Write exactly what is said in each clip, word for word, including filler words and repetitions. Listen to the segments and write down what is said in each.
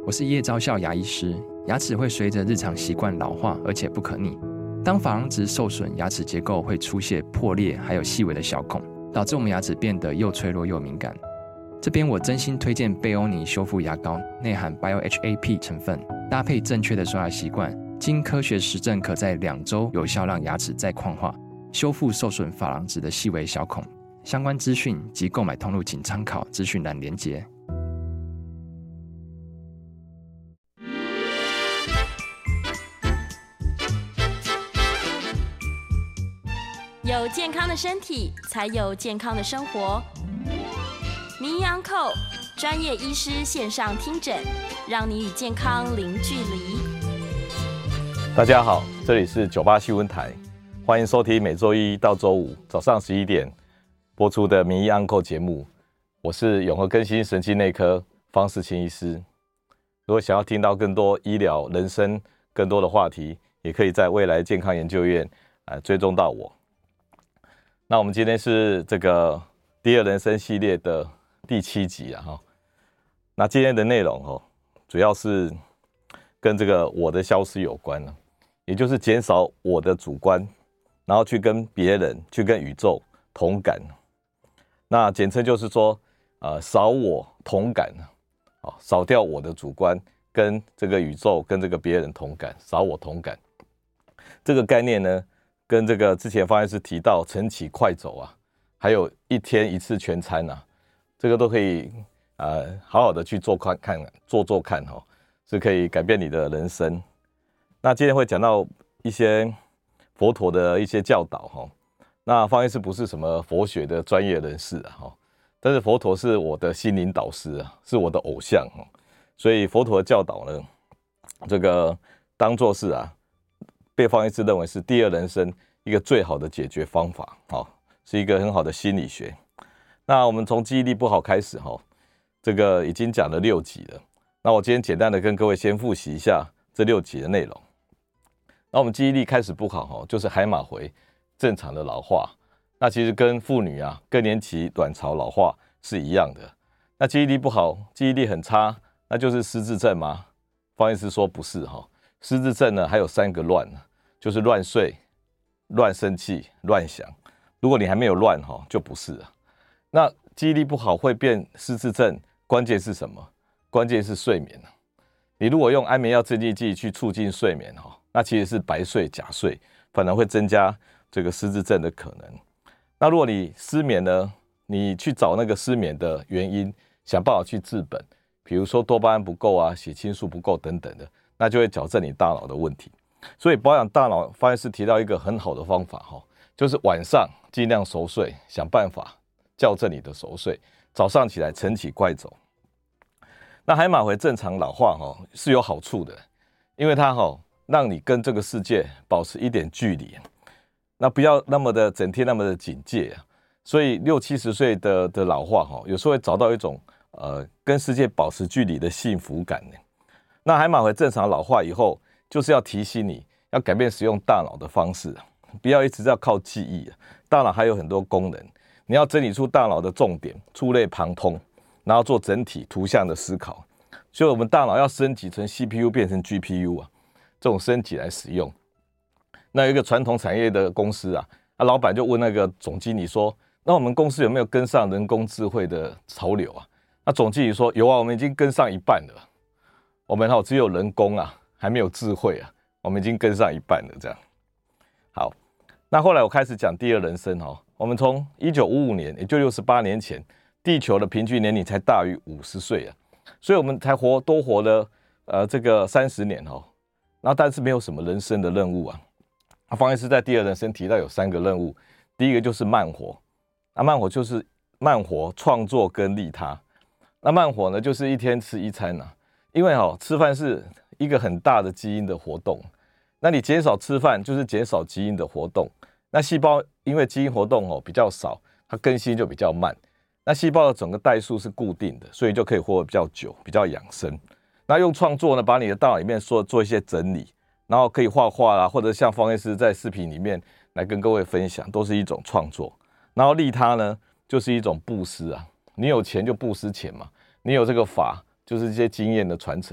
我是叶昭孝牙医师。牙齿会随着日常习惯老化，而且不可逆。当珐琅质受损，牙齿结构会出现破裂，还有细微的小孔，导致我们牙齿变得又脆弱又敏感。这边我真心推荐贝欧尼修复牙膏，内含 B I O H A P 成分，搭配正确的刷牙习惯，经科学实证可在两周有效让牙齿再矿化，修复受损珐琅质的细微小孔。相关资讯及购买通路请参考资讯栏连结。 有健康的身体，才有健康的生活。名医安扣专业医师线上听诊，让你与健康零距离。 大家好，这里是九八新闻台，欢迎收听每周一到周五早上十一点播出的名医安扣节目。我是永和更新神经内科方世清医师。如果想要听到更多医疗、人生更多的话题，也可以在未来健康研究院、呃、追踪到我。那我们今天是这个第二人生系列的第七集啊哈。那今天的内容哦，主要是跟这个我的消失有关了，也就是减少我的主观，然后去跟别人、去跟宇宙同感。那简称就是说，呃，少我同感，哦，少掉我的主观，跟这个宇宙、跟这个别人同感，少我同感。这个概念呢，跟这个之前方医师提到晨起快走啊，还有一天一次全餐啊，这个都可以呃好好的去做看看做做看哈、哦，是可以改变你的人生。那今天会讲到一些佛陀的一些教导哈、哦。那方医师不是什么佛学的专业人士啊哈，但是佛陀是我的心灵导师啊，是我的偶像哈，所以佛陀的教导呢，这个当作是啊。被方医师认为是第二人生一个最好的解决方法，哦，是一个很好的心理学。那我们从记忆力不好开始，哦，这个已经讲了六集了。那我今天简单的跟各位先复习一下这六集的内容。那我们记忆力开始不好，哦，就是海马回正常的老化。那其实跟妇女啊更年期卵巢老化是一样的。那记忆力不好，记忆力很差，那就是失智症吗？方医师说不是哈，失智症呢还有三个乱。就是乱睡、乱生气、乱想。如果你还没有乱哈，就不是了。那记忆力不好会变失智症，关键是什么？关键是睡眠。你如果用安眠药镇静剂去促进睡眠哈，那其实是白睡假睡，反而会增加这个失智症的可能。那如果你失眠呢，你去找那个失眠的原因，想办法去治本，比如说多巴胺不够啊、血清素不够等等的，那就会矫正你大脑的问题。所以保养大脑，方医师提到一个很好的方法，就是晚上尽量熟睡，想办法校正你的熟睡，早上起来晨起快走。那海马回正常老化是有好处的，因为它让你跟这个世界保持一点距离，那不要那么的整天那么的警戒。所以六七十岁的的老化，有时候会找到一种呃跟世界保持距离的幸福感。那海马回正常老化以后，就是要提醒你要改变使用大脑的方式，不要一直要靠记忆。大脑还有很多功能，你要整理出大脑的重点，触类旁通，然后做整体图像的思考。所以我们大脑要升级成 C P U 变成 G P U 啊，这种升级来使用。那有一个传统产业的公司啊，啊老板就问那个总经理说，那我们公司有没有跟上人工智慧的潮流啊？那总经理说有啊，我们已经跟上一半了。我们只有人工啊，还没有智慧啊，我们已经跟上一半了。这样，好，那后来我开始讲第二人生哈。我们从一九五五年，也就六十八年前，地球的平均年龄才大于五十岁啊，所以我们才活多活了呃这个三十年哈。然后但是没有什么人生的任务啊。方医师在第二人生提到有三个任务，第一个就是慢活，那慢活就是慢活创作跟利他。那慢活呢，就是一天吃一餐啊。因为哦，吃饭是一个很大的基因的活动，那你减少吃饭就是减少基因的活动。那细胞因为基因活动哦比较少，它更新就比较慢。那细胞的整个代数是固定的，所以就可以活得比较久，比较养生。那用创作呢，把你的大脑里面做做一些整理，然后可以画画啦，或者像方医师在视频里面来跟各位分享，都是一种创作。然后利他呢，就是一种布施啊，你有钱就布施钱嘛，你有这个法。就是这些经验的传承，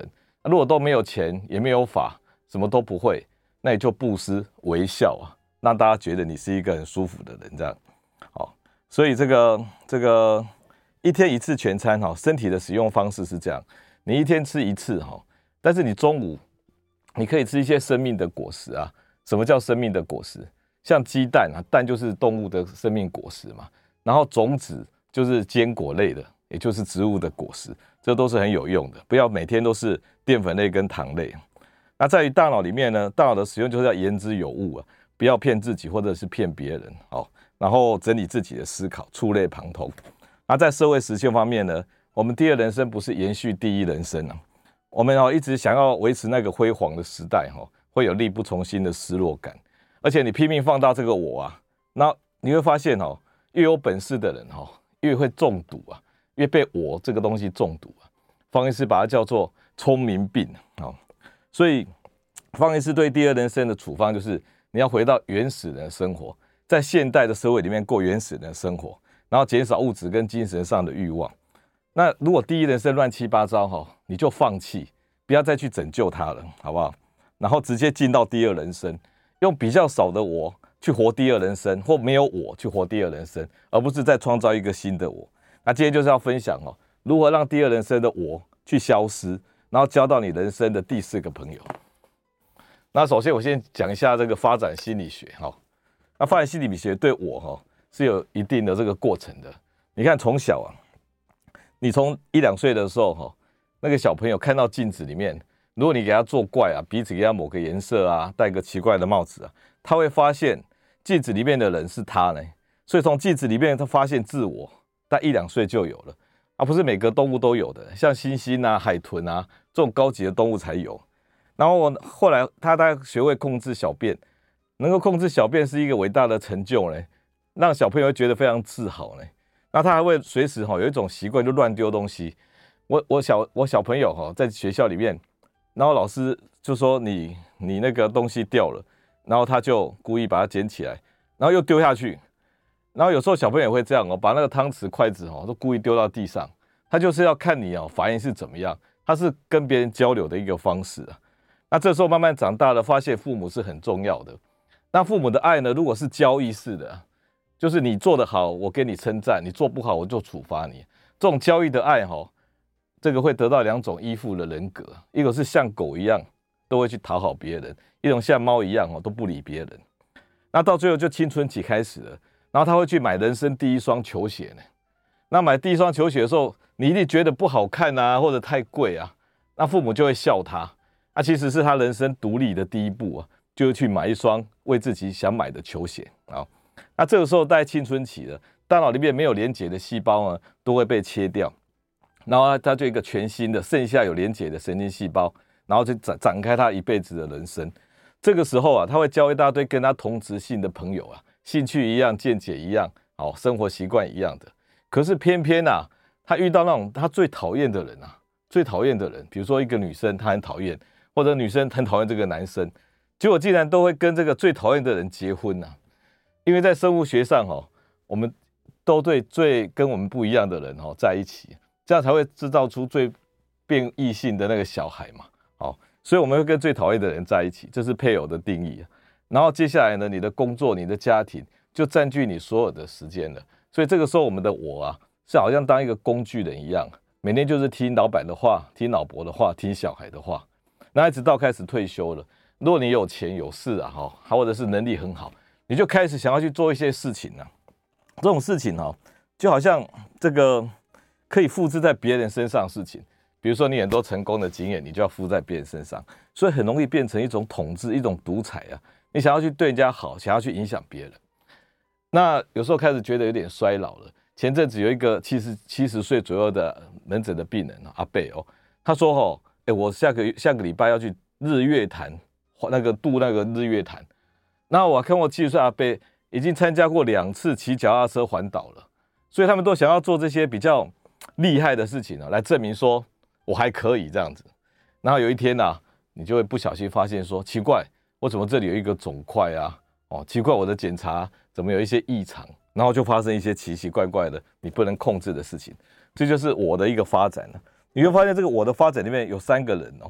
如果都没有钱，也没有法，什么都不会，那你就布施微笑啊，让大家觉得你是一个很舒服的人，这样。好，所以这个这个一天一次全餐哈，身体的使用方式是这样，你一天吃一次哈，但是你中午你可以吃一些生命的果实啊。什么叫生命的果实？像鸡蛋啊，蛋就是动物的生命果实嘛，然后种子就是坚果类的，也就是植物的果实，这都是很有用的。不要每天都是淀粉类跟糖类。那在于大脑里面呢，大脑的使用就是要言之有物啊，不要骗自己或者是骗别人，好，然后整理自己的思考，触类旁通。那在社会实现方面呢，我们第二人生不是延续第一人生啊，我们哦一直想要维持那个辉煌的时代哈。会有力不从心的失落感，而且你拼命放大这个我啊，那你会发现哦，越有本事的人哦，越会中毒啊，越被我这个东西中毒啊。方医师把它叫做聪明病啊、哦，所以方医师对第二人生的处方就是你要回到原始人的生活，在现代的社会里面过原始人的生活，然后减少物质跟精神上的欲望。那如果第一人生乱七八糟哈、哦，你就放弃，不要再去拯救它了，好不好？然后直接进到第二人生，用比较少的我去活第二人生，或没有我去活第二人生，而不是再创造一个新的我。那今天就是要分享哦，如何让第二人生的我去消失，然后交到你人生的第四个朋友。那首先我先讲一下这个发展心理学哈。那发展心理学对我哈是有一定的这个过程的。你看从小啊，你从一两岁的时候哈，那个小朋友看到镜子里面。如果你给他做怪啊，鼻子给他抹个颜色啊，戴个奇怪的帽子啊，他会发现镜子里面的人是他呢。所以从镜子里面他发现自我，但一两岁就有了，而不是每个动物都有的，像猩猩啊、海豚啊这种高级的动物才有。然后我后来他大概学会控制小便，能够控制小便是一个伟大的成就呢，让小朋友觉得非常自豪呢。那他还会随时哈有一种习惯，就乱丢东西。我我小我小朋友哈在学校里面。然后老师就说你你那个东西掉了，然后他就故意把它捡起来，然后又丢下去。然后有时候小朋友也会这样哦，把那个汤匙、筷子哦都故意丢到地上，他就是要看你哦反应是怎么样，他是跟别人交流的一个方式啊。那这时候慢慢长大了，发现父母是很重要的。那父母的爱呢，如果是交易式的，就是你做得好，我给你称赞；你做不好，我就处罚你。这种交易的爱哈、哦。这个会得到两种依附的人格，一个是像狗一样都会去讨好别人，一种像猫一样哦都不理别人。那到最后就青春期开始了，然后他会去买人生第一双球鞋呢。那买第一双球鞋的时候，你一定觉得不好看啊，或者太贵啊，那父母就会笑他。那其实是他人生独立的第一步啊，就是去买一双为自己想买的球鞋啊。那这个时候在青春期了，大脑里面没有连结的细胞呢，都会被切掉。然后他就一个全新的剩下有连结的神经细胞，然后就展展开他一辈子的人生。这个时候啊，他会交一大堆跟他同质性的朋友啊，兴趣一样，见解一样，好，生活习惯一样的。可是偏偏啊，他遇到那种他最讨厌的人啊，最讨厌的人，比如说一个女生他很讨厌，或者女生很讨厌这个男生，结果竟然都会跟这个最讨厌的人结婚啊。因为在生物学上哦，我们都对最跟我们不一样的人哦在一起。这样才会制造出最变异性的那个小孩嘛，好，所以我们会跟最讨厌的人在一起，这是配偶的定义。然后接下来呢，你的工作、你的家庭就占据你所有的时间了。所以这个时候，我们的我啊，是好像当一个工具人一样，每天就是听老板的话、听老婆的话、听小孩的话。那一直到开始退休了，如果你有钱有势啊，哈，或者是能力很好，你就开始想要去做一些事情啊。这种事情哈，就好像这个。可以复制在别人身上的事情，比如说你很多成功的经验，你就要附在别人身上，所以很容易变成一种统治、一种独裁啊。你想要去对人家好，想要去影响别人，那有时候开始觉得有点衰老了。前阵子有一个七十七十岁左右的门诊的病人阿伯哦，他说哦，哎，我下个下个礼拜要去日月潭，那个渡那个日月潭。那我看过七十岁阿伯已经参加过两次骑脚踏车环岛了，所以他们都想要做这些比较厉害的事情啊，来证明说我还可以这样子。然后有一天啊，你就会不小心发现说，奇怪，我怎么这里有一个肿块啊？哦，奇怪，我的检查怎么有一些异常？然后就发生一些奇奇怪怪的你不能控制的事情。这就是我的一个发展了。你会发现这个我的发展里面有三个人哦。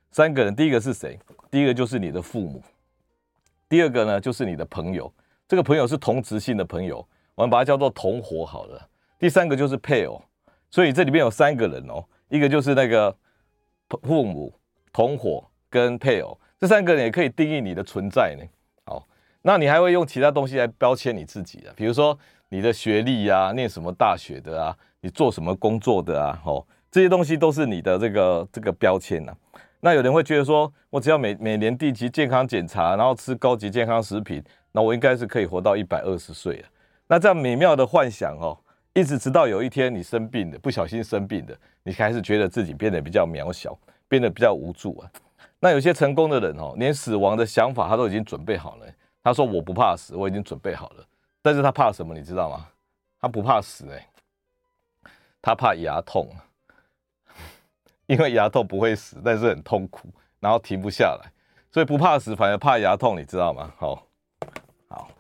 三个人，第一个是谁？第一个就是你的父母，第二个呢就是你的朋友，这个朋友是同质性的朋友，我们把它叫做同伙好了。第三个就是配偶，所以这里面有三个人哦，一个就是那个父母、同伙跟配偶，这三个人也可以定义你的存在呢。好，那你还会用其他东西来标签你自己啊，比如说你的学历啊，念什么大学的啊，你做什么工作的啊，哦，这些东西都是你的这个这个标签啊。那有人会觉得说，我只要每每年定期健康检查，然后吃高级健康食品，那我应该是可以活到一百二十岁啊。那这样美妙的幻想哦，一直直到有一天你生病了，不小心生病了，你开始觉得自己变得比较渺小，变得比较无助啊。那有些成功的人哦，连死亡的想法他都已经准备好了。他说我不怕死，我已经准备好了。但是他怕什么你知道吗？他不怕死哎，他怕牙痛。因为牙痛不会死，但是很痛苦，然后停不下来，所以不怕死，反而怕牙痛，你知道吗？好，好，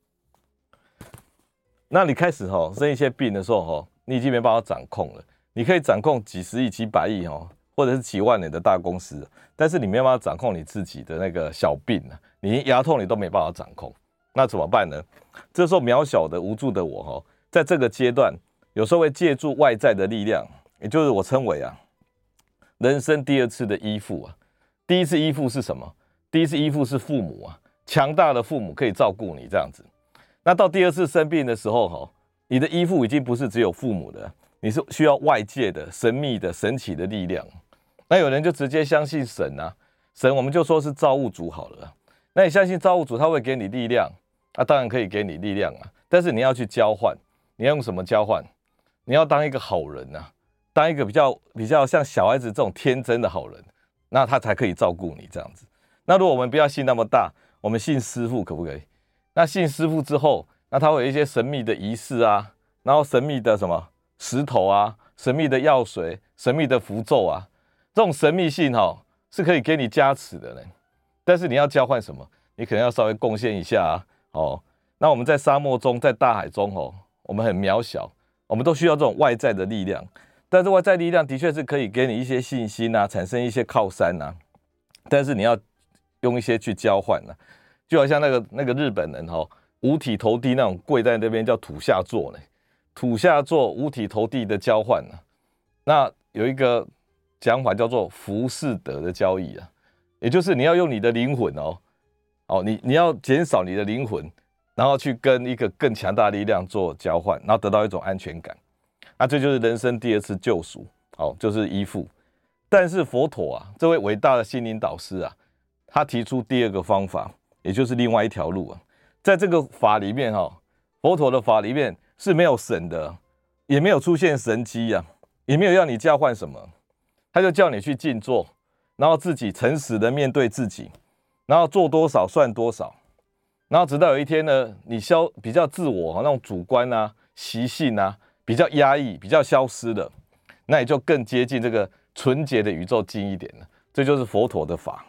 那你开始哈生一些病的时候哈，你已经没办法掌控了。你可以掌控几十亿、几百亿哈，或者是几万人的大公司，但是你没办法掌控你自己的那个小病啊，你牙痛你都没办法掌控，那怎么办呢？这时候渺小的、无助的我哈，在这个阶段，有时候会借助外在的力量，也就是我称为啊。人生第二次的依附啊，第一次依附是什么？第一次依附是父母啊，强大的父母可以照顾你这样子。那到第二次生病的时候哈，你的依附已经不是只有父母的，你是需要外界的、神秘的、神奇的力量。那有人就直接相信神啊，神我们就说是造物主好了。那你相信造物主，他会给你力量，啊，当然可以给你力量啊，但是你要去交换，你要用什么交换？你要当一个好人啊。当一个比较比较像小孩子这种天真的好人，那他才可以照顾你这样子。那如果我们不要信那么大，我们信师父可不可以？那信师父之后，那他会有一些神秘的仪式啊，然后神秘的什么石头啊，神秘的药水，神秘的符咒啊，这种神秘性哦是可以给你加持的呢。但是你要交换什么？你可能要稍微贡献一下啊。哦，那我们在沙漠中，在大海中哦，我们很渺小，我们都需要这种外在的力量。但是外在力量的确是可以给你一些信心啊，产生一些靠山啊，但是你要用一些去交换啊，就好像那个那个日本人哦，五体投地那种跪在那边叫土下座呢，土下座五体投地的交换啊，那有一个讲法叫做浮士德的交易啊，也就是你要用你的灵魂哦，哦你你要减少你的灵魂，然后去跟一个更强大的力量做交换，然后得到一种安全感。啊，这就是人生第二次救赎，哦，就是依附。但是佛陀啊，这位伟大的心灵导师啊，他提出第二个方法，也就是另外一条路啊。在这个法里面哈、哦，佛陀的法里面是没有神的，也没有出现神迹啊，也没有要你交换什么，他就叫你去静坐，然后自己诚实的面对自己，然后做多少算多少，然后直到有一天呢，你消比较自我那种主观啊、习性啊。比较压抑，比较消失了，那也就更接近这个纯洁的宇宙近一点了。这就是佛陀的法。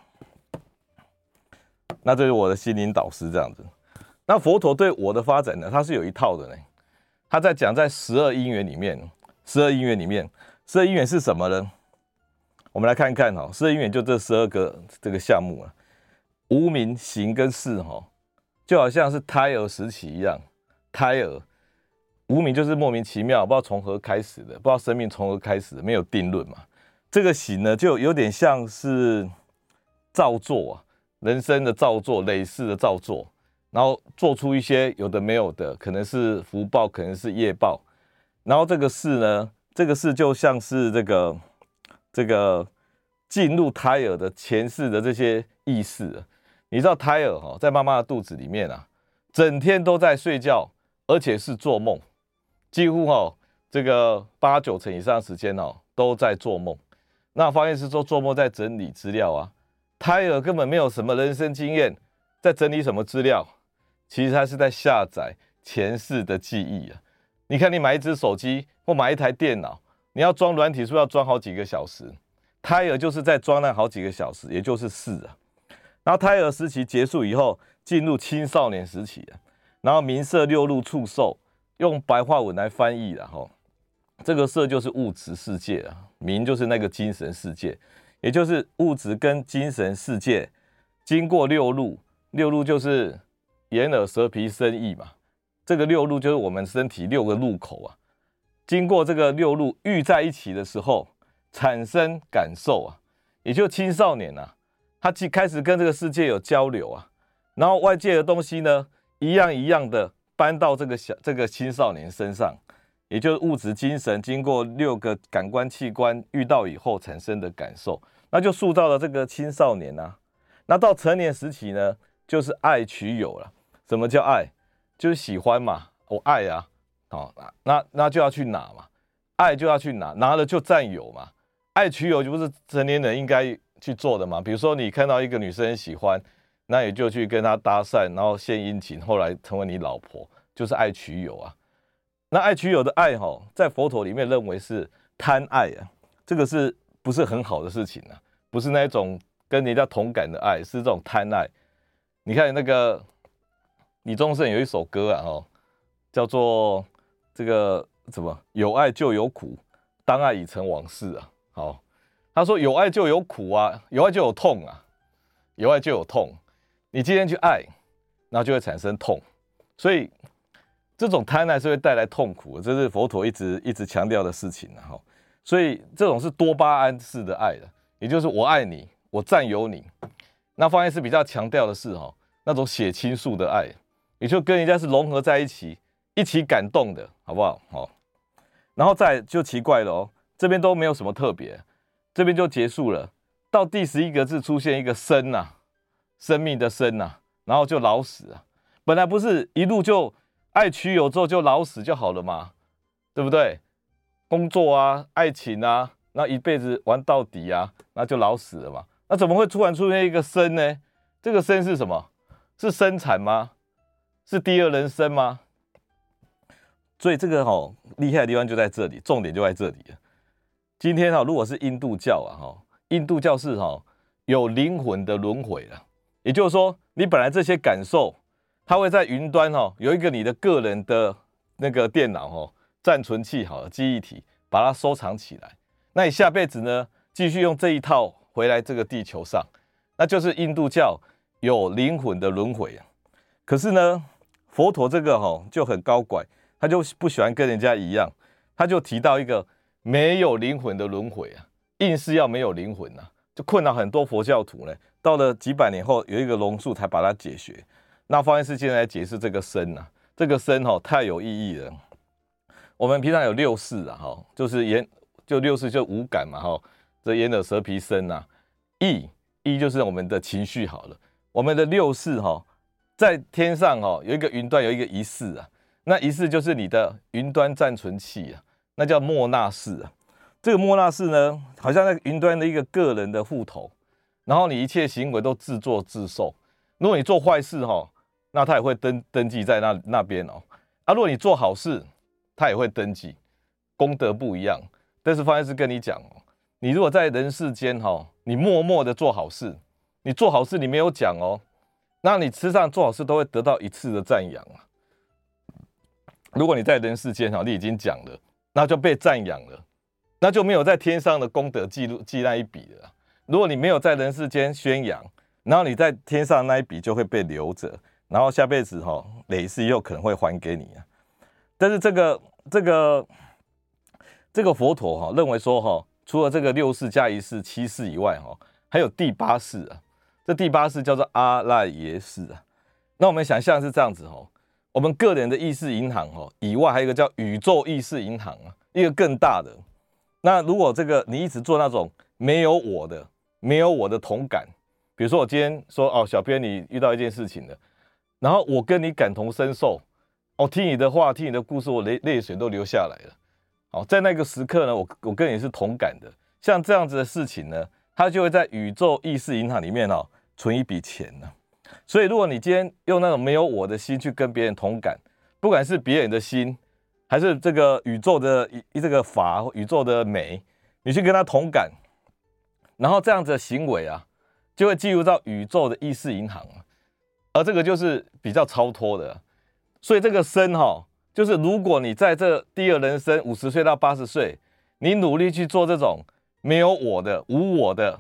那这是我的心灵导师这样子。那佛陀对我的发展呢，他是有一套的呢。他在讲在十二因缘里面，十二因缘里面，十二因缘是什么呢？我们来看看哈，十二因缘就这十二个这个项目啊，无明、行跟识哈，就好像是胎儿时期一样，胎儿。无明就是莫名其妙，不知道从何开始的，不知道生命从何开始的，没有定论嘛。这个行呢，就有点像是造作啊，人生的造作，累世的造作，然后做出一些有的没有的，可能是福报，可能是业报。然后这个识呢，这个识就像是这个这个进入胎儿的前世的这些意识。你知道胎儿哈、哦，在妈妈的肚子里面啊，整天都在睡觉，而且是做梦。几乎哦，这个八九成以上的时间哦都在做梦。那发现是说做梦在整理资料啊，胎儿根本没有什么人生经验，在整理什么资料？其实他是在下载前世的记忆啊。你看，你买一只手机或买一台电脑，你要装软体，是不是要装好几个小时？胎儿就是在装那好几个小时，也就是识啊。然后胎儿时期结束以后，进入青少年时期啊，然后名色六路触受。用白话文来翻译啦，吼，这个色就是物质世界啊，名就是那个精神世界， 也就是物质跟精神世界经过六路，六路就是眼耳舌皮身意嘛，这个六路就是我们身体六个路口啊，经过这个六路遇在一起的时候产生感受啊，也就青少年啊，他开始跟这个世界有交流啊，然后外界的东西呢一样一样的搬到这个小这个青少年身上，也就是物质精神经过六个感官器官遇到以后产生的感受，那就塑造了这个青少年啊。那到成年时期呢，就是爱取有了。什么叫爱？就是喜欢嘛，我爱啊，好，那那就要去拿嘛，爱就要去拿，拿了就占有嘛。爱取有就不是成年人应该去做的嘛。比如说你看到一个女生喜欢，那也就去跟她搭讪，然后献殷勤，后来成为你老婆，就是爱取有啊。那爱取有的爱哈，在佛陀里面认为是贪爱啊，这个是不是很好的事情啊？不是那一种跟人家同感的爱，是这种贪爱。你看那个李宗盛有一首歌啊，哦，叫做这个什么有爱就有苦，当爱已成往事啊。好，他说有爱就有苦啊，有爱就有痛啊，有爱就有痛。你今天去爱，然后就会产生痛，所以这种贪爱是会带来痛苦的，这是佛陀一直一直强调的事情啊。所以这种是多巴胺式的爱的，也就是我爱你，我占有你。那方医师比较强调的是哈，那种血清素的爱，也就跟人家是融合在一起，一起感动的，好不好？好，然后再就奇怪了哦，这边都没有什么特别，这边就结束了。到第十一个字出现一个生呐、啊，生命的生呐、啊，然后就老死啊。本来不是一路就爱取有之后就老死就好了嘛，对不对？工作啊，爱情啊，那一辈子玩到底啊，那就老死了嘛。那怎么会突然出现一个生呢？这个生是什么？是生产吗？是第二人生吗？所以这个齁厉害的地方就在这里，重点就在这里了。今天齁如果是印度教啊，齁印度教是齁有灵魂的轮回了，也就是说，你本来这些感受，它会在云端齁有一个你的个人的那个电脑齁暂存器好了记忆体，把它收藏起来。那你下辈子呢，继续用这一套回来这个地球上，那就是印度教有灵魂的轮回啊。可是呢，佛陀这个齁就很高拐，他就不喜欢跟人家一样，他就提到一个没有灵魂的轮回啊，硬是要没有灵魂啊，就困扰很多佛教徒呢。到了几百年后，有一个龙树才把它解决。那方医师现在来解释这个身啊，这个身齁太有意义了。我们平常有六识啊，齁就是眼就六识就五感嘛，齁这眼耳舌皮身啊，意意就是我们的情绪好了。我们的六识齁在天上齁有一个云端有一个一识啊，那一识就是你的云端暂存器啊，那叫莫那识啊。这个莫那识呢，好像在云端的一个个人的户头，然后你一切行为都自作自受。如果你做坏事齁，那他也会登登记在那那边哦。啊，如果你做好事，他也会登记，功德不一样。但是方医师跟你讲哦，你如果在人世间齁，你默默的做好事，你做好事你没有讲哦，那你实际上做好事都会得到一次的赞扬啊。如果你在人世间齁，你已经讲了，那就被赞扬了，那就没有在天上的功德记录记那一笔了。如果你没有在人世间宣扬，然后你在天上那一笔就会被留着，然后下辈子齁累世又可能会还给你啊。但是这个这个这个佛陀齁认为说齁，除了这个六识加一识七识以外齁，还有第八识啊。这第八识叫做阿赖耶识啊。那我们想象是这样子齁，我们个人的意识银行齁以外，还有一个叫宇宙意识银行啊，一个更大的。那如果这个你一直做那种没有我的、没有我的同感，比如说我今天说哦，小编你遇到一件事情了，然后我跟你感同身受，哦，听你的话，听你的故事，我泪泪水都流下来了。好，在那个时刻呢，我我跟你是同感的。像这样子的事情呢，它就会在宇宙意识银行里面哦存一笔钱呢。所以如果你今天用那种没有我的心去跟别人同感，不管是别人的心，还是这个宇宙的这个法、宇宙的美，你去跟他同感，然后这样子的行为啊，就会记录到宇宙的意识银行啊，而这个就是比较超脱的。所以这个生哈，就是如果你在这第二人生五十岁到八十岁，你努力去做这种没有我的、无我的，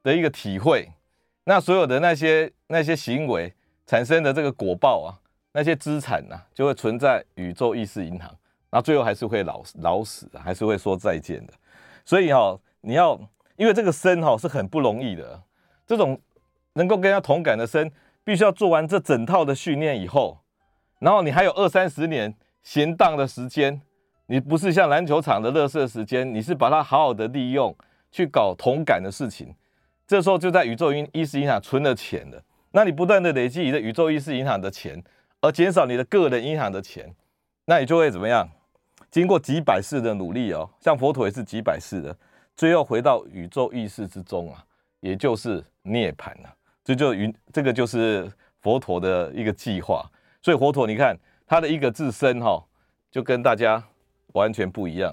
的一个体会，那所有的那些那些行为产生的这个果报啊，那些资产啊，就会存在宇宙意识银行，然后最后还是会老老死，还是会说再见的。所以哈、哦，你要因为这个生哈、哦、是很不容易的，这种能够跟他同感的生，必须要做完这整套的训练以后，然后你还有二三十年闲荡的时间，你不是像篮球场的垃圾时间，你是把它好好的利用去搞同感的事情。这时候就在宇宙意识银行存了钱了，那你不断的累积你的宇宙意识银行的钱，而减少你的个人银行的钱，那你就会怎么样？经过几百世的努力哦，像佛陀也是几百世的，最后回到宇宙意识之中啊，也就是涅槃啊。这就这个就是佛陀的一个计划。所以佛陀你看他的一个自身哈、哦，就跟大家完全不一样。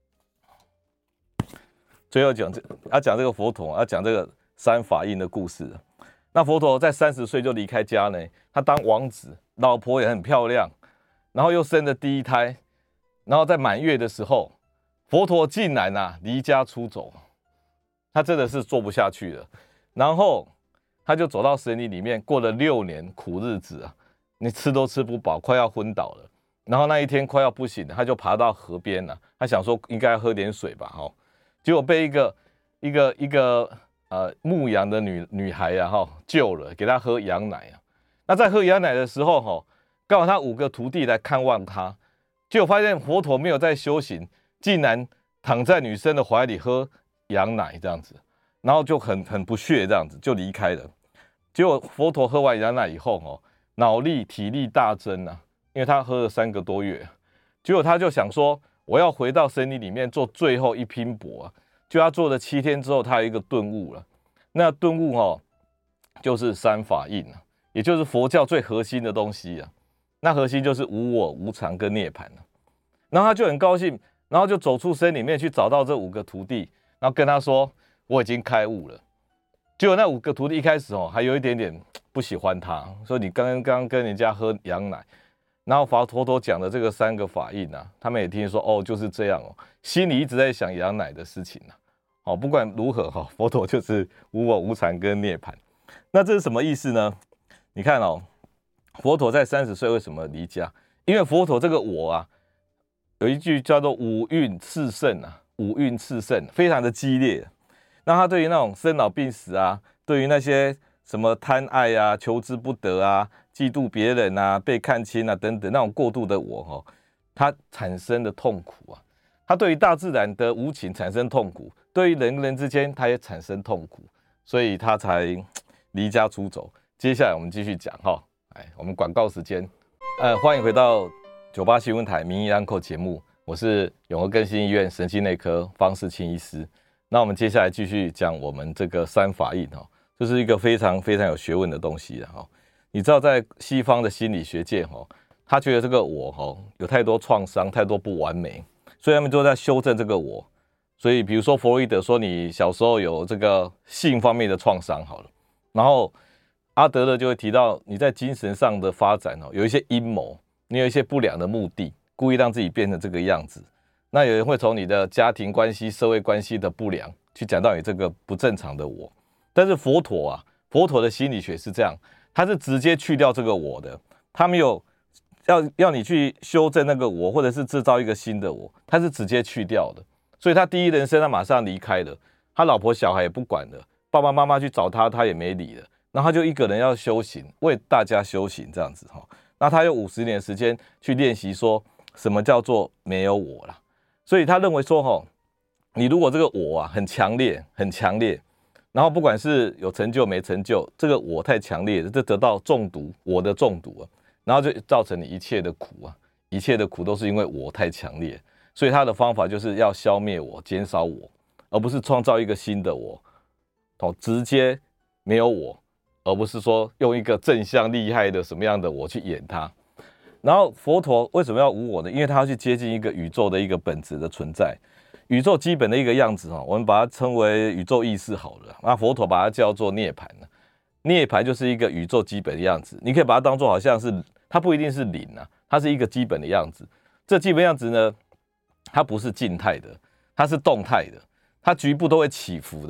最后讲这，要讲这个佛陀，要讲这个三法印的故事。那佛陀在三十岁就离开家呢，他当王子，老婆也很漂亮，然后又生了第一胎，然后在满月的时候，佛陀竟然啊离家出走，他真的是做不下去了。然后他就走到森林里面，过了六年苦日子啊，你吃都吃不饱，快要昏倒了。然后那一天快要不行了，他就爬到河边了、啊，他想说应该喝点水吧，哈。结果被一个一个一个呃牧羊的女女孩啊哈救了，给她喝羊奶啊。那在喝羊奶的时候哈，刚好他五个徒弟来看望他，结果发现佛陀没有在修行，竟然躺在女生的怀里喝羊奶这样子，然后就很很不屑这样子就离开了。结果佛陀喝完羊奶以后哦，脑力体力大增啊，因为他喝了三个多月，结果他就想说，我要回到森林里面做最后一拼搏啊！就他做了七天之后，他有一个顿悟了。那顿悟哦，就是三法印啊，也就是佛教最核心的东西啊。那核心就是无我、无常跟涅槃啊。然后他就很高兴，然后就走出森林里面去找到这五个徒弟，然后跟他说：“我已经开悟了。”结果那五个徒弟一开始哦，还有一点点不喜欢他，说你刚刚刚跟人家喝羊奶。然后佛陀讲的这个三个法印啊，他们也听说哦，就是这样哦，心里一直在想羊奶的事情啊。哦，不管如何哈、哦，佛陀就是无我、无常跟涅槃。那这是什么意思呢？你看哦，佛陀在三十岁为什么离家？因为佛陀这个我啊，有一句叫做五蕴炽盛啊，五蕴炽盛，非常的激烈。那他对于那种生老病死啊，对于那些什么贪爱啊、求之不得啊、嫉妒别人啊、被看轻啊等等那种过度的我哈、哦，他产生的痛苦啊，他对于大自然的无情产生痛苦，对于人跟人之间他也产生痛苦，所以他才离家出走。接下来我们继续讲哈、哦，哎，我们广告时间，呃，欢迎回到九八新闻台名医安扣节目，我是永和更新医院神经内科方世清医师。那我们接下来继续讲我们这个三法印哈、哦，这是一个非常非常有学问的东西哈、哦。你知道在西方的心理学界哈，他觉得这个我哈有太多创伤，太多不完美，所以他们都在修正这个我。所以比如说弗洛伊德说你小时候有这个性方面的创伤好了，然后阿德勒就会提到你在精神上的发展哦，有一些阴谋，你有一些不良的目的，故意让自己变成这个样子。那有人会从你的家庭关系、社会关系的不良去讲到你这个不正常的我。但是佛陀啊，佛陀的心理学是这样，他是直接去掉这个我的，他没有要要你去修正那个我，或者是制造一个新的我，他是直接去掉的。所以他第一人生他马上离开了，他老婆小孩也不管了，爸爸妈妈去找他他也没理了，然后他就一个人要修行，为大家修行这样子哈。那他有五十年的时间去练习说什么叫做没有我啦。所以他认为说哈，你如果这个我啊很强烈很强烈，然后不管是有成就没成就，这个我太强烈了，就得到中毒，我的中毒啊，然后就造成你一切的苦啊，一切的苦都是因为我太强烈。所以他的方法就是要消灭我，减少我，而不是创造一个新的我，哦，直接没有我，而不是说用一个正向厉害的什么样的我去演它。然后佛陀为什么要无我呢？因为他要去接近一个宇宙的一个本质的存在，宇宙基本的一个样子，我们把它称为宇宙意识好了。那佛陀把它叫做涅槃，涅槃就是一个宇宙基本的样子，你可以把它当作好像是，它不一定是零啊，它是一个基本的样子。这基本样子呢，它不是静态的，它是动态的，它局部都会起伏的。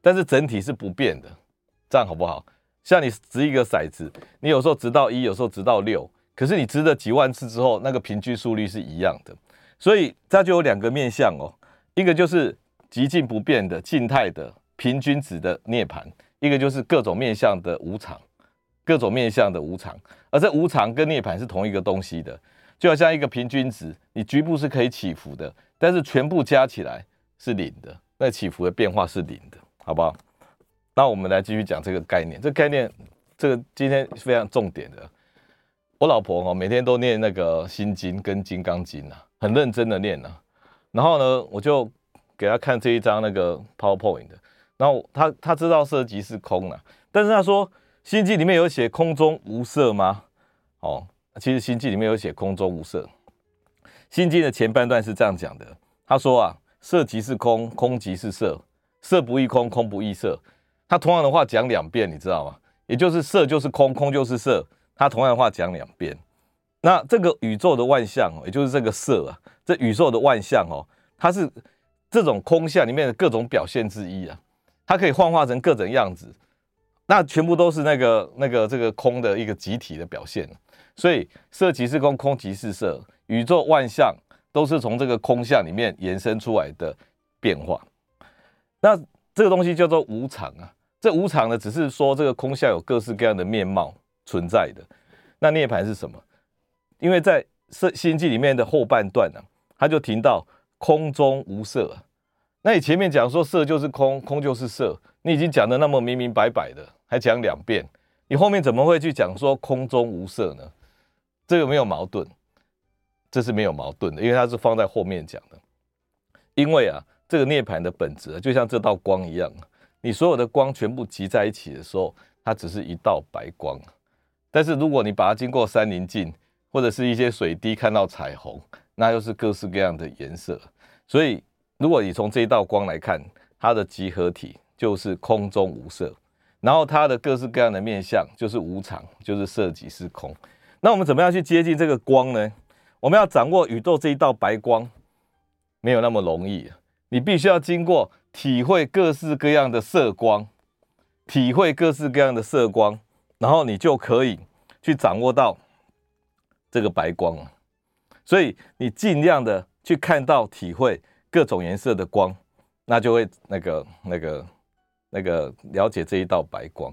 但是整体是不变的，这样好不好？像你掷一个骰子，你有时候掷到一，有时候掷到六，可是你掷了几万次之后，那个平均速率是一样的。所以它就有两个面向哦，一个就是极静不变的静态的平均值的涅槃，一个就是各种面向的无常，各种面向的无常。而这无常跟涅槃是同一个东西的，就好像一个平均值，你局部是可以起伏的，但是全部加起来是零的，那起伏的变化是零的，好不好？那我们来继续讲这个概念，这个概念，这个今天非常重点的。我老婆哦，每天都念那个心经跟金刚经啊，很认真的念啊。然后呢，我就给她看这一张那个 PowerPoint 的，然后她她知道色即是空啊，但是她说心经里面有写空中无色吗？哦，其实心经里面有写空中无色。心经的前半段是这样讲的，他说啊，色即是空，空即是色，色不异空，空不异色。他同样的话讲两遍，你知道吗？也就是色就是空，空就是色，他同样的话讲两遍。那这个宇宙的万象，也就是这个色啊，这宇宙的万象哦，它是这种空相里面的各种表现之一啊，它可以幻化成各种样子，那全部都是那个那个这个空的一个集体的表现。所以色即是空，空即是色，宇宙万象都是从这个空相里面延伸出来的变化。那这个东西叫做无常啊，这无常呢，只是说这个空相有各式各样的面貌存在的。那涅槃是什么？因为在心经里面的后半段呢、啊，他就提到空中无色、啊。那你前面讲说色就是空，空就是色，你已经讲的那么明明白白的，还讲两遍，你后面怎么会去讲说空中无色呢？这个没有矛盾，这是没有矛盾的，因为它是放在后面讲的。因为啊，这个涅槃的本质、啊、就像这道光一样，你所有的光全部集在一起的时候，它只是一道白光。但是如果你把它经过三棱镜或者是一些水滴看到彩虹，那又是各式各样的颜色。所以如果你从这一道光来看，它的集合体就是空中无色，然后它的各式各样的面向就是无常，就是色即是空。那我们怎么样去接近这个光呢？我们要掌握宇宙这一道白光，没有那么容易。你必须要经过体会各式各样的色光，体会各式各样的色光，然后你就可以去掌握到这个白光。所以你尽量的去看到、体会各种颜色的光，那就会那个、那个、那个了解这一道白光。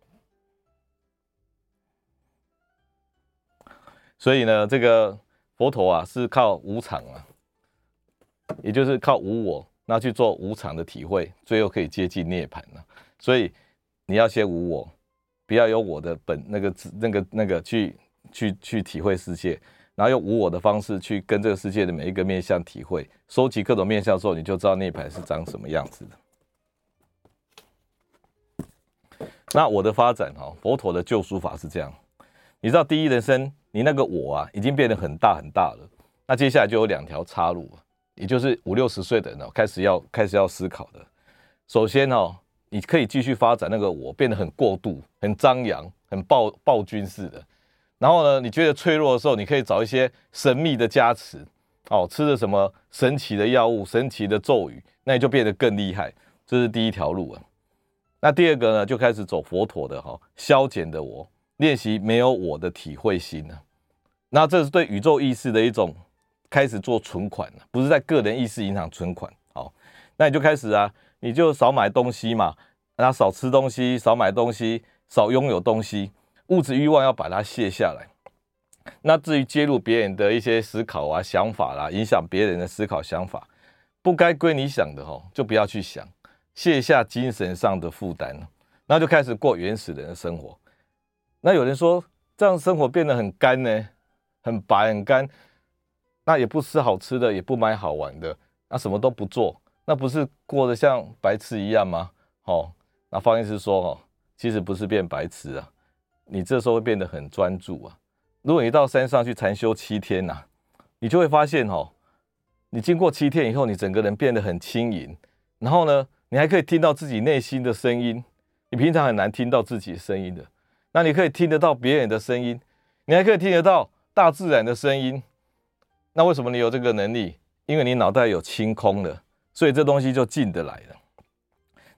所以呢，这个佛陀啊是靠无常啊，也就是靠无我，那去做无常的体会，最后可以接近涅槃了。所以你要先无我，不要有我的本那个那个那个去去去体会世界，然后用无我的方式去跟这个世界的每一个面向体会，收集各种面向之后，你就知道涅槃是长什么样子的。那我的发展哈，佛陀的救赎法是这样，你知道第一人生。你那个我啊，已经变得很大很大了。那接下来就有两条岔路，也就是五六十岁的人哦，开始要开始要思考的。首先哦，你可以继续发展那个我，变得很过度、很张扬、很暴暴君式的。然后呢，你觉得脆弱的时候，你可以找一些神秘的加持，哦，吃了什么神奇的药物、神奇的咒语，那你就变得更厉害。这是第一条路啊。那第二个呢，就开始走佛陀的哈、哦，消减的我，练习没有我的体会心啊。那这是对宇宙意识的一种开始做存款，不是在个人意识银行存款。好，那你就开始啊，你就少买东西嘛，然后少吃东西，少买东西，少拥有东西，物质欲望要把它卸下来。那至于介入别人的一些思考啊、想法啦、啊，影响别人的思考想法，不该归你想的哦，就不要去想，卸下精神上的负担，然后就开始过原始人的生活。那有人说，这样生活变得很干呢？很白很干，那也不吃好吃的，也不买好玩的，那什么都不做，那不是过得像白痴一样吗？哦，那方医师说哦，其实不是变白痴啊，你这时候会变得很专注啊。如果你到山上去禅修七天啊，你就会发现哦，你经过七天以后，你整个人变得很轻盈，然后呢，你还可以听到自己内心的声音，你平常很难听到自己的声音的，那你可以听得到别人的声音，你还可以听得到大自然的声音。那为什么你有这个能力？因为你脑袋有清空了，所以这东西就进得来了。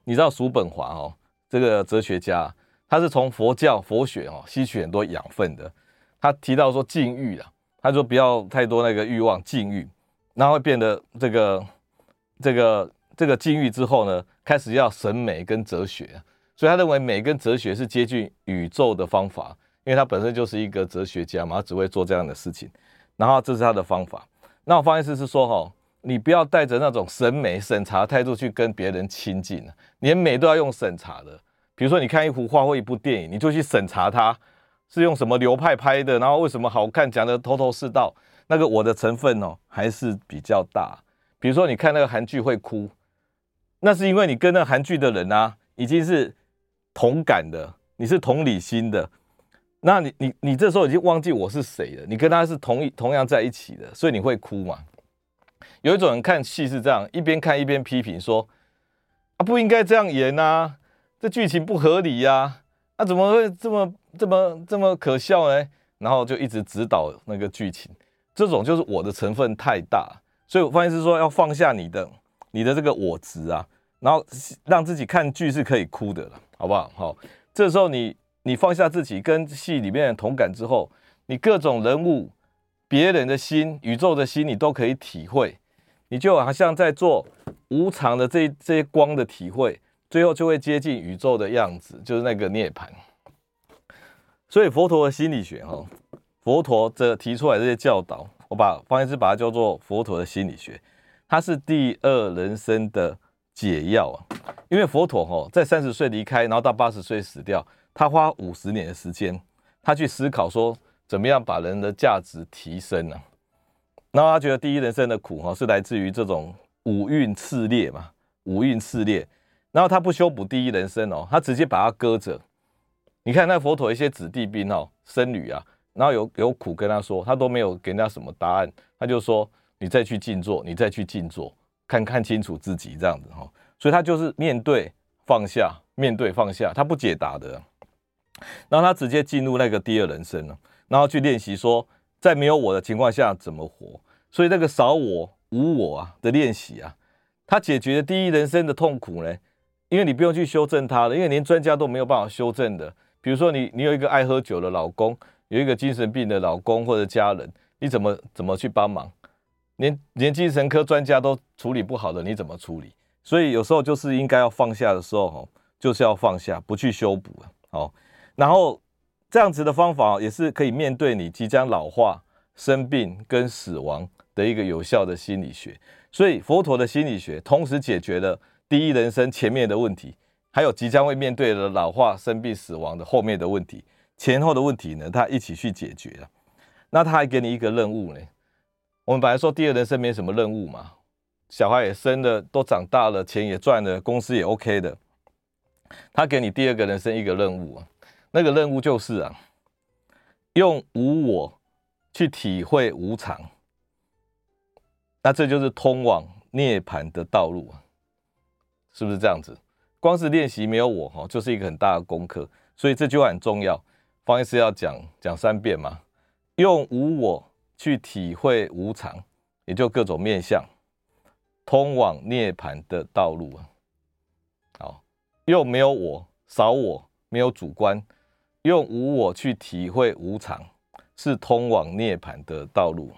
你知道叔本华哦，这个哲学家，他是从佛教佛学哦吸取很多养分的。他提到说禁欲啊，他说不要太多那个欲望，禁欲，然后会变得这个这个这个禁欲之后呢，开始要审美跟哲学，所以他认为美跟哲学是接近宇宙的方法，因为他本身就是一个哲学家嘛，他只会做这样的事情，然后这是他的方法。那我方医师是说哈，你不要带着那种审美审查态度去跟别人亲近，连美都要用审查的。比如说你看一幅画或一部电影，你就去审查它是用什么流派拍的，然后为什么好看，讲得头头是道，那个我的成分哦还是比较大。比如说你看那个韩剧会哭，那是因为你跟那个韩剧的人啊已经是同感的，你是同理心的，那你你你这时候已经忘记我是谁了，你跟他是同一同样在一起的，所以你会哭嘛。有一种人看戏是这样，一边看一边批评说啊不应该这样演啊，这剧情不合理啊，啊怎么会这么这么这么可笑呢？然后就一直指导那个剧情，这种就是我的成分太大，所以我发现是说要放下你的你的这个我执啊，然后让自己看剧是可以哭的了，好不好？好，这时候你你放下自己跟戏里面的同感之后，你各种人物、别人的心、宇宙的心，你都可以体会，你就好像在做无常的这这些光的体会，最后就会接近宇宙的样子，就是那个涅槃。所以佛陀的心理学哈，佛陀这提出来这些教导，我把方医师把它叫做佛陀的心理学，它是第二人生的解药啊。因为佛陀哈在三十岁离开，然后到八十岁死掉，他花五十年的时间，他去思考说怎么样把人的价值提升啊。然后他觉得第一人生的苦哈是来自于这种五蕴炽烈嘛，五蕴炽烈。然后他不修补第一人生哦，他直接把它搁着。你看那佛陀一些子弟兵哦，僧侣啊，然后有有苦跟他说，他都没有给人家什么答案，他就说你再去静坐，你再去静坐，看看清楚自己这样子哈。所以他就是面对放下，面对放下，他不解答的。然后他直接进入那个第二人生了，然后去练习说，在没有我的情况下怎么活。所以那个少我、无我啊的练习啊，他解决了第一人生的痛苦呢，因为你不用去修正它了，因为连专家都没有办法修正的。比如说你你有一个爱喝酒的老公，有一个精神病的老公或者家人，你怎么怎么去帮忙？连连精神科专家都处理不好的，你怎么处理？所以有时候就是应该要放下的时候，就是要放下，不去修补。好，然后这样子的方法也是可以面对你即将老化、生病跟死亡的一个有效的心理学。所以佛陀的心理学同时解决了第一人生前面的问题，还有即将会面对的老化、生病、死亡的后面的问题，前后的问题呢，他一起去解决了。那他还给你一个任务呢。我们本来说第二人生没什么任务嘛，小孩也生了，都长大了，钱也赚了，公司也 OK 的。他给你第二个人生一个任务啊，那个任务就是啊，用无我去体会无常。那这就是通往涅槃的道路啊，是不是这样子？光是练习没有我哈，就是一个很大的功课，所以这句话很重要。方医师要讲讲三遍嘛，用无我去体会无常，也就各种面向，通往涅槃的道路啊。好，用没有我、少我、没有主观，用无我去体会无常，是通往涅槃的道路。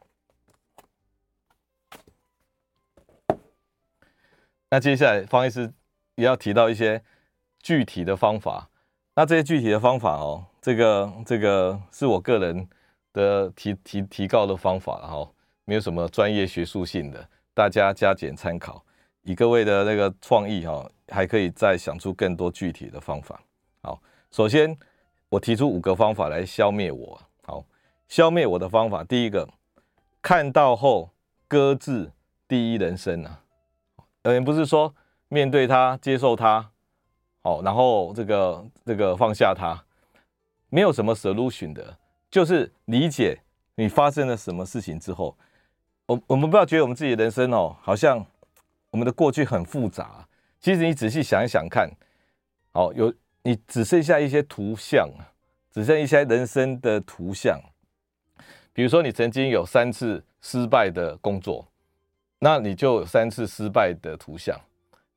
那接下来方医师也要提到一些具体的方法。那这些具体的方法哦，这个这个是我个人的提提提告的方法哈，没有什么专业学术性的，大家加减参考。以各位的那个创意哈，还可以再想出更多具体的方法。好，首先我提出五个方法来消灭我。好，消灭我的方法，第一个，看到后搁置第一人生啊。呃，不是说面对它、接受它，好，然后这个这个放下它，没有什么 solution 的，就是理解你发生了什么事情之后，我我们不要觉得我们自己的人生哦，好像我们的过去很复杂，其实你仔细想一想看，好，有你只剩下一些图像，只剩一些人生的图像，比如说你曾经有三次失败的工作。那你就有三次失败的图像，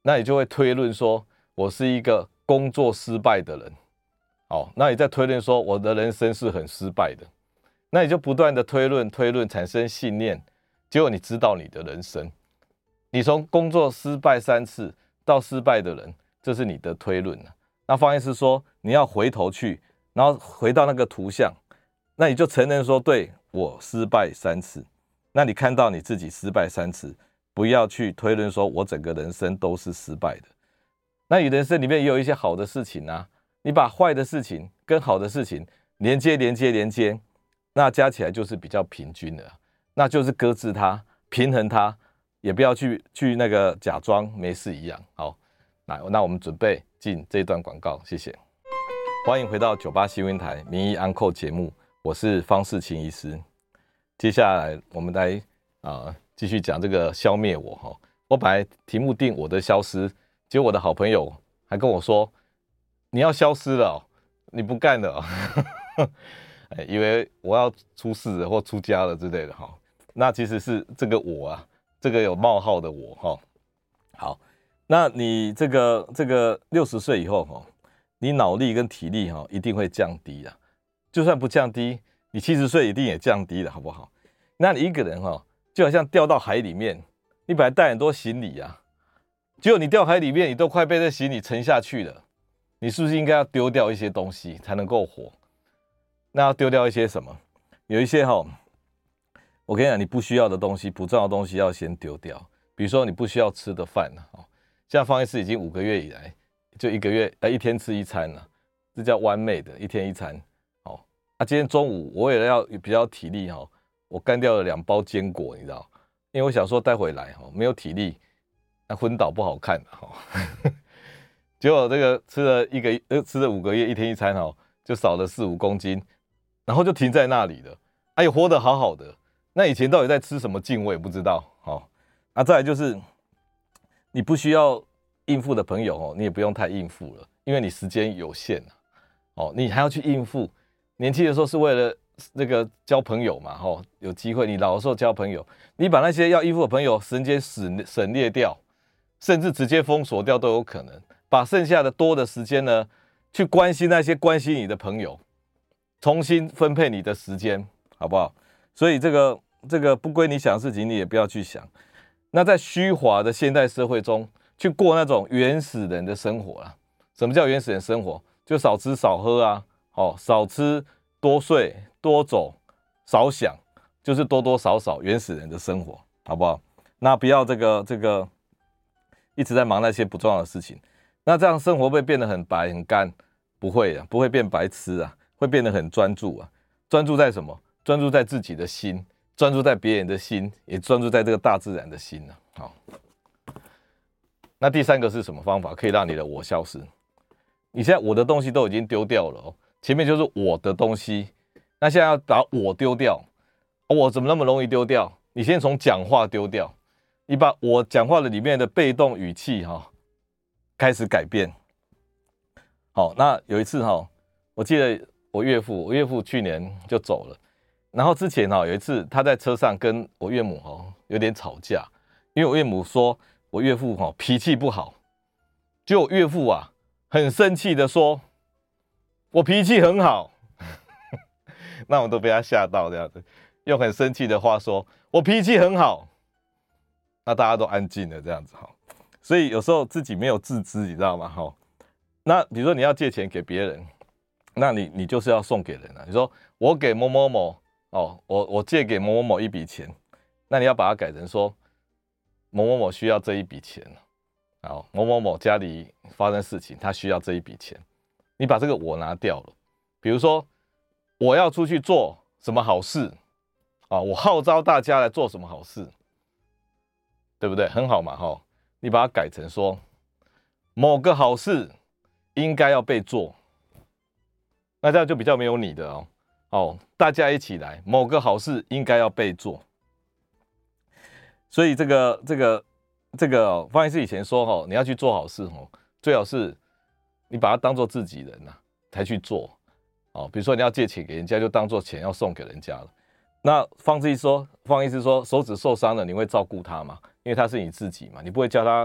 那你就会推论说我是一个工作失败的人。好，那你再推论说我的人生是很失败的，那你就不断的推论推论产生信念，结果你知道你的人生，你从工作失败三次到失败的人，这是你的推论。那方医师说你要回头去，然后回到那个图像，那你就承认说对，我失败三次，那你看到你自己失败三次，不要去推论说我整个人生都是失败的。那你人生里面也有一些好的事情啊，你把坏的事情跟好的事情连接连接连接，那加起来就是比较平均的，那就是搁置它，平衡它，也不要去去那个假装没事一样。好，那那我们准备进这一段广告，谢谢。欢迎回到九八新闻台名医安扣节目，我是方世清医师。接下来我们来啊继续讲这个消灭我哈。我本来题目定我的消失，结果我的好朋友还跟我说你要消失了哦，你不干了哦以为我要出事了或出家了之类的哈。那其实是这个我啊，这个有冒号的我哈。好，那你这个这个六十岁以后哈，你脑力跟体力哈一定会降低啊。就算不降低，你七十岁一定也降低了，好不好？那你一个人哈，就好像掉到海里面，你本来带很多行李啊，结果你掉海里面，你都快被这行李沉下去了。你是不是应该要丢掉一些东西才能够活？那要丢掉一些什么？有一些哈，我跟你讲，你不需要的东西、不重要的东西要先丢掉。比如说你不需要吃的饭啊，像方医师已经五个月以来，就一个月呃一天吃一餐了，这叫完美的一天一餐。好，啊，今天中午我为了要比较体力哈，我干掉了两包坚果，你知道，因为我想说待会来哈没有体力，那昏倒不好看哈。结果这个吃了一个呃吃了五个月一天一餐哈，就少了四五公斤，然后就停在那里了。哎呦，活得好好的，那以前到底在吃什么劲我也不知道。好，啊，再来就是你不需要应付的朋友哦，你也不用太应付了，因为你时间有限啊。哦，你还要去应付。年轻的时候是为了那个交朋友嘛，哦，有机会。你老的时候交朋友，你把那些要应付的朋友时间省省略掉，甚至直接封锁掉都有可能。把剩下的多的时间呢，去关心那些关心你的朋友，重新分配你的时间，好不好？所以这个这个不归你想的事情，你也不要去想。那在虚华的现代社会中，去过那种原始人的生活啊。什么叫原始人生活？就少吃少喝啊，哦，少吃多睡多走少想，就是多多少少原始人的生活，好不好？那不要这个这个一直在忙那些不重要的事情。那这样生活会变得很白很干？不会啊，不会变白痴啊，会变得很专注啊。专注在什么？专注在自己的心，专注在别人的心，也专注在这个大自然的心啊。好，那第三个是什么方法可以让你的我消失？你现在我的东西都已经丢掉了哦，前面就是我的东西，那现在要把我丢掉，我怎么那么容易丢掉？你先从讲话丢掉，你把我讲话的里面的被动语气哈、哦。开始改变。好，那有一次哈，我记得我岳父，我岳父去年就走了。然后之前哈有一次他在车上跟我岳母哈有点吵架，因为我岳母说我岳父哈脾气不好，结果我岳父啊很生气的说，我脾气很好。那我都被他吓到这样子，用很生气的话说我脾气很好，那大家都安静了这样子哈。所以有时候自己没有自知，你知道吗？哈，那比如说你要借钱给别人，那你你就是要送给人啊。你说我给某某某哦，我我借给某某某一笔钱，那你要把它改成说某某某需要这一笔钱，好，某某某家里发生事情，他需要这一笔钱，你把这个我拿掉了。比如说我要出去做什么好事啊，我号召大家来做什么好事，对不对？很好嘛，哈。你把它改成说，某个好事应该要被做，那这样就比较没有你的哦。哦，大家一起来，某个好事应该要被做。所以这个这个这个、哦，方医师以前说哦，你要去做好事哦，最好是你把它当做自己人呐、啊、才去做。哦，比如说你要借钱给人家，就当做钱要送给人家了。那方医师说，方医师说，手指受伤了，你会照顾他吗？因为他是你自己嘛，你不会叫他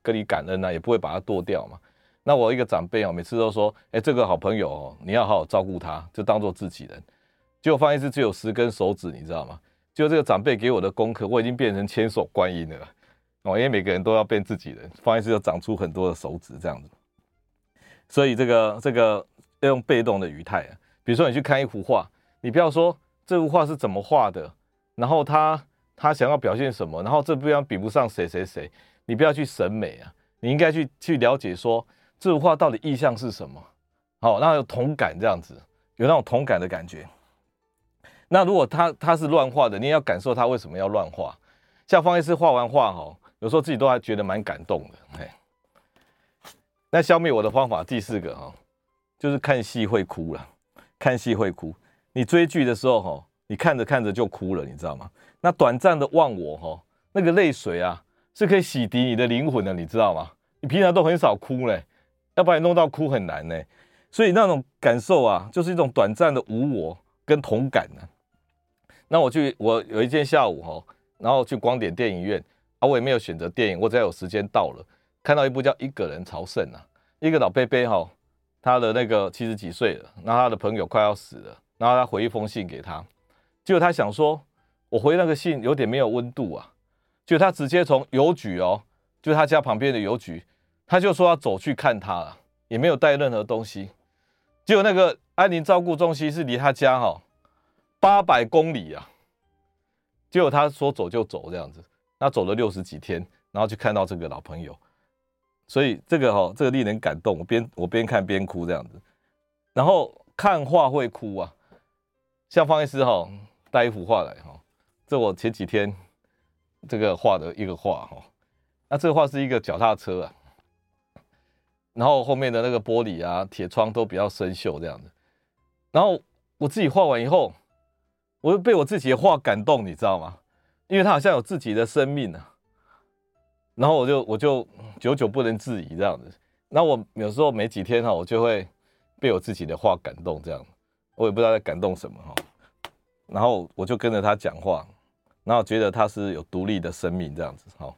跟你感恩啊，也不会把它剁掉嘛。那我一个长辈哦，每次都说，哎，这个好朋友哦，你要好好照顾他，就当做自己人。结果发现是只有十根手指，你知道吗？就这个长辈给我的功课，我已经变成千手观音了哦，因为每个人都要变自己人，发现是就长出很多的手指这样子。所以这个这个要用被动的语态啊，比如说你去看一幅画，你不要说这幅画是怎么画的，然后他他想要表现什么，然后这不要比不上谁谁谁，你不要去审美啊，你应该去去了解说这幅画到底意象是什么，好，那有同感这样子，有那种同感的感觉。那如果他他是乱画的，你也要感受他为什么要乱画。像方医师画完画哈，有时候自己都还觉得蛮感动的。嘿，那消灭我的方法第四个哈，就是看戏会哭了，看戏会哭。你追剧的时候哈，你看着看着就哭了，你知道吗？那短暂的忘我哈，那个泪水啊，是可以洗涤你的灵魂的，你知道吗？你平常都很少哭嘞，要把你弄到哭很难呢。所以那种感受啊，就是一种短暂的无我跟同感呢、啊。那我去，我有一天下午哈，然后去光点电影院啊，我也没有选择电影，我只要有时间到了，看到一部叫《一个人朝圣》啊，一个老伯伯哈，他的那个七十几岁了，然后他的朋友快要死了，然后他回一封信给他，结果他想说，我回那个信有点没有温度啊，就他直接从邮局哦，就他家旁边的邮局，他就说要走去看他了，也没有带任何东西。结果那个安宁照顾中心是离他家哈八百公里啊，结果他说走就走这样子，那走了六十几天，然后去看到这个老朋友，所以这个哈这个令人感动，我边我边看边哭这样子。然后看画会哭啊，像方医师哈带一幅画来哈，这我前几天这个画的一个画哈，那这个画是一个脚踏车啊。然后后面的那个玻璃啊、铁窗都比较生锈这样子。然后我自己画完以后，我就被我自己的画感动，你知道吗？因为它好像有自己的生命啊。然后我就我就久久不能自已这样子。那我有时候没几天哈，我就会被我自己的画感动这样。我也不知道在感动什么哈。然后我就跟着他讲话，然后觉得他是有独立的生命这样子哈。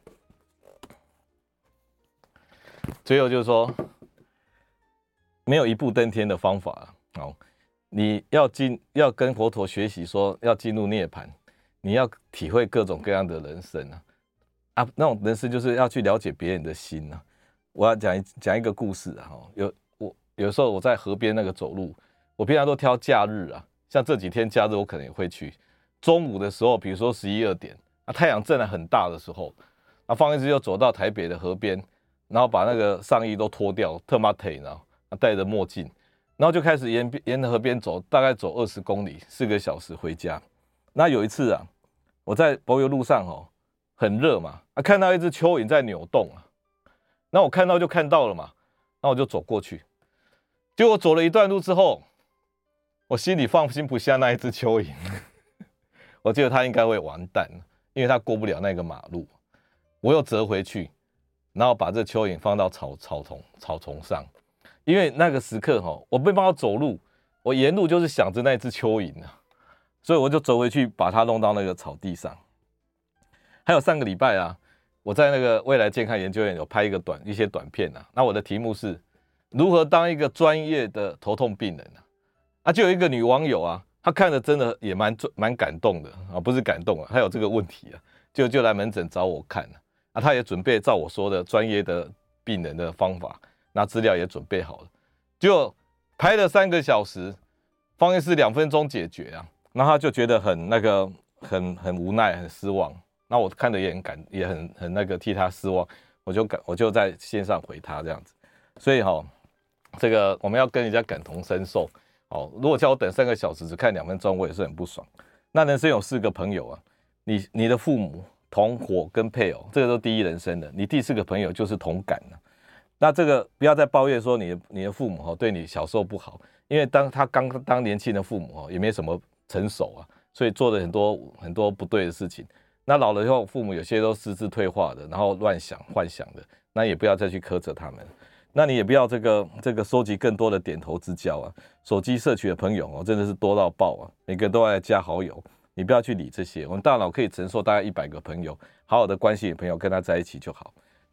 最后就是说，没有一步登天的方法。好，你要进，要跟佛陀学习，说要进入涅槃，你要体会各种各样的人生啊，啊，那种人生就是要去了解别人的心啊。我要讲一讲一个故事啊，有我有时候我在河边那个走路，我平常都挑假日啊，像这几天假日我可能也会去。中午的时候，比如说十一二点，啊，太阳正在很大的时候，那方医师就走到台北的河边。然后把那个上衣都脱掉，特马腿，然后戴着墨镜，然后就开始沿沿河边走，大概走二十公里，四个小时回家。那有一次啊，我在柏油路上哦，很热嘛，啊，看到一只蚯蚓在扭动啊，那我看到就看到了嘛，那我就走过去。结果走了一段路之后，我心里放心不下那一只蚯蚓，我觉得它应该会完蛋，因为它过不了那个马路。我又折回去。然后把这蚯蚓放到草草丛草丛上，因为那个时刻哈，我没办法走路，我沿路就是想着那只蚯蚓啊，所以我就走回去把它弄到那个草地上。还有上个礼拜啊，我在那个未来健康研究院有拍一个短一些短片啊，那我的题目是如何当一个专业的头痛病人啊，啊就有一个女网友啊，她看着真的也蛮蛮感动的啊，不是感动啊，她有这个问题啊，就就来门诊找我看啊。啊，他也准备照我说的专业的病人的方法，那资料也准备好了，就拍了三个小时，方医师两分钟解决啊，那他就觉得很那个很很无奈，很失望。那我看的也很感，也很很那个替他失望，我就感我就在线上回他这样子。所以哈、哦，这个我们要跟人家感同身受。哦，如果叫我等三个小时只看两分钟，我也是很不爽。那人生有四个朋友啊，你你的父母。同伙跟配偶，这个都第一人生的。你第四个朋友就是同感了。那这个不要再抱怨说你的你的父母哈对你小时候不好，因为当他刚当年轻的父母哈也没什么成熟啊，所以做了很多很多不对的事情。那老了以后，父母有些都失智退化的，然后乱想幻想的，那也不要再去苛责他们。那你也不要这个这个收集更多的点头之交啊。手机社群的朋友哦真的是多到爆啊，每个都来加好友。你不要去理这些，我们大脑可以承受大概一百个朋友，好好的关系的朋友跟他在一起就好。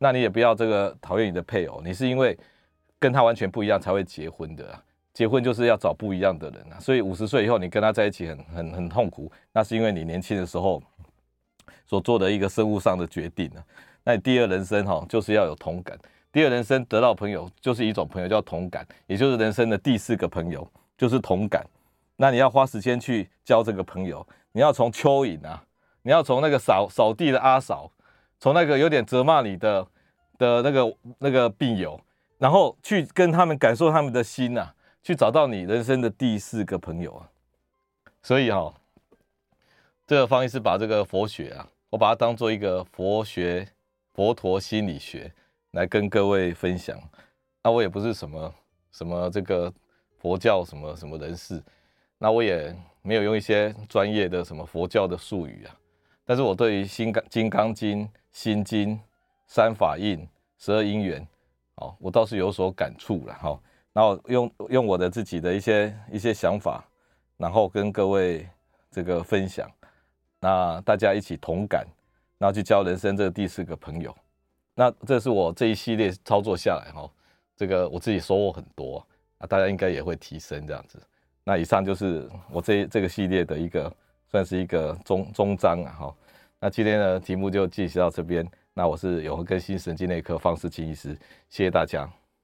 那你也不要这个讨厌你的配偶，你是因为跟他完全不一样才会结婚的啊。结婚就是要找不一样的人啊，所以五十岁以后你跟他在一起很很很痛苦，那是因为你年轻的时候所做的一个生物上的决定啊。那你第二人生哈，就是要有同感。第二人生得到朋友就是一种朋友叫同感，也就是人生的第四个朋友就是同感。那你要花时间去交这个朋友，你要从蚯蚓啊，你要从那个扫扫地的阿嫂，从那个有点责骂你的的那个那个病友，然后去跟他们感受他们的心啊。去找到你人生的第四个朋友啊，所以哈、哦，这个方医师把这个佛学啊，我把它当做一个佛学、佛陀心理学来跟各位分享。那我也不是什么什么这个佛教什么什么人士，那我也没有用一些专业的什么佛教的术语啊，但是我对于心《金刚经》、《心经》、三法印、十二因缘，哦，我倒是有所感触了哈。哦然后用用我的自己的一些一些想法，然后跟各位这个分享，那大家一起同感，然后去交人生这个第四个朋友。那这是我这一系列操作下来哈，这个我自己收获很多啊，大家应该也会提升这样子。那以上就是我这这个系列的一个算是一个终终章啊哈。那今天的题目就进行到这边，那我是永和更新神经内科方世清医师，谢谢大家。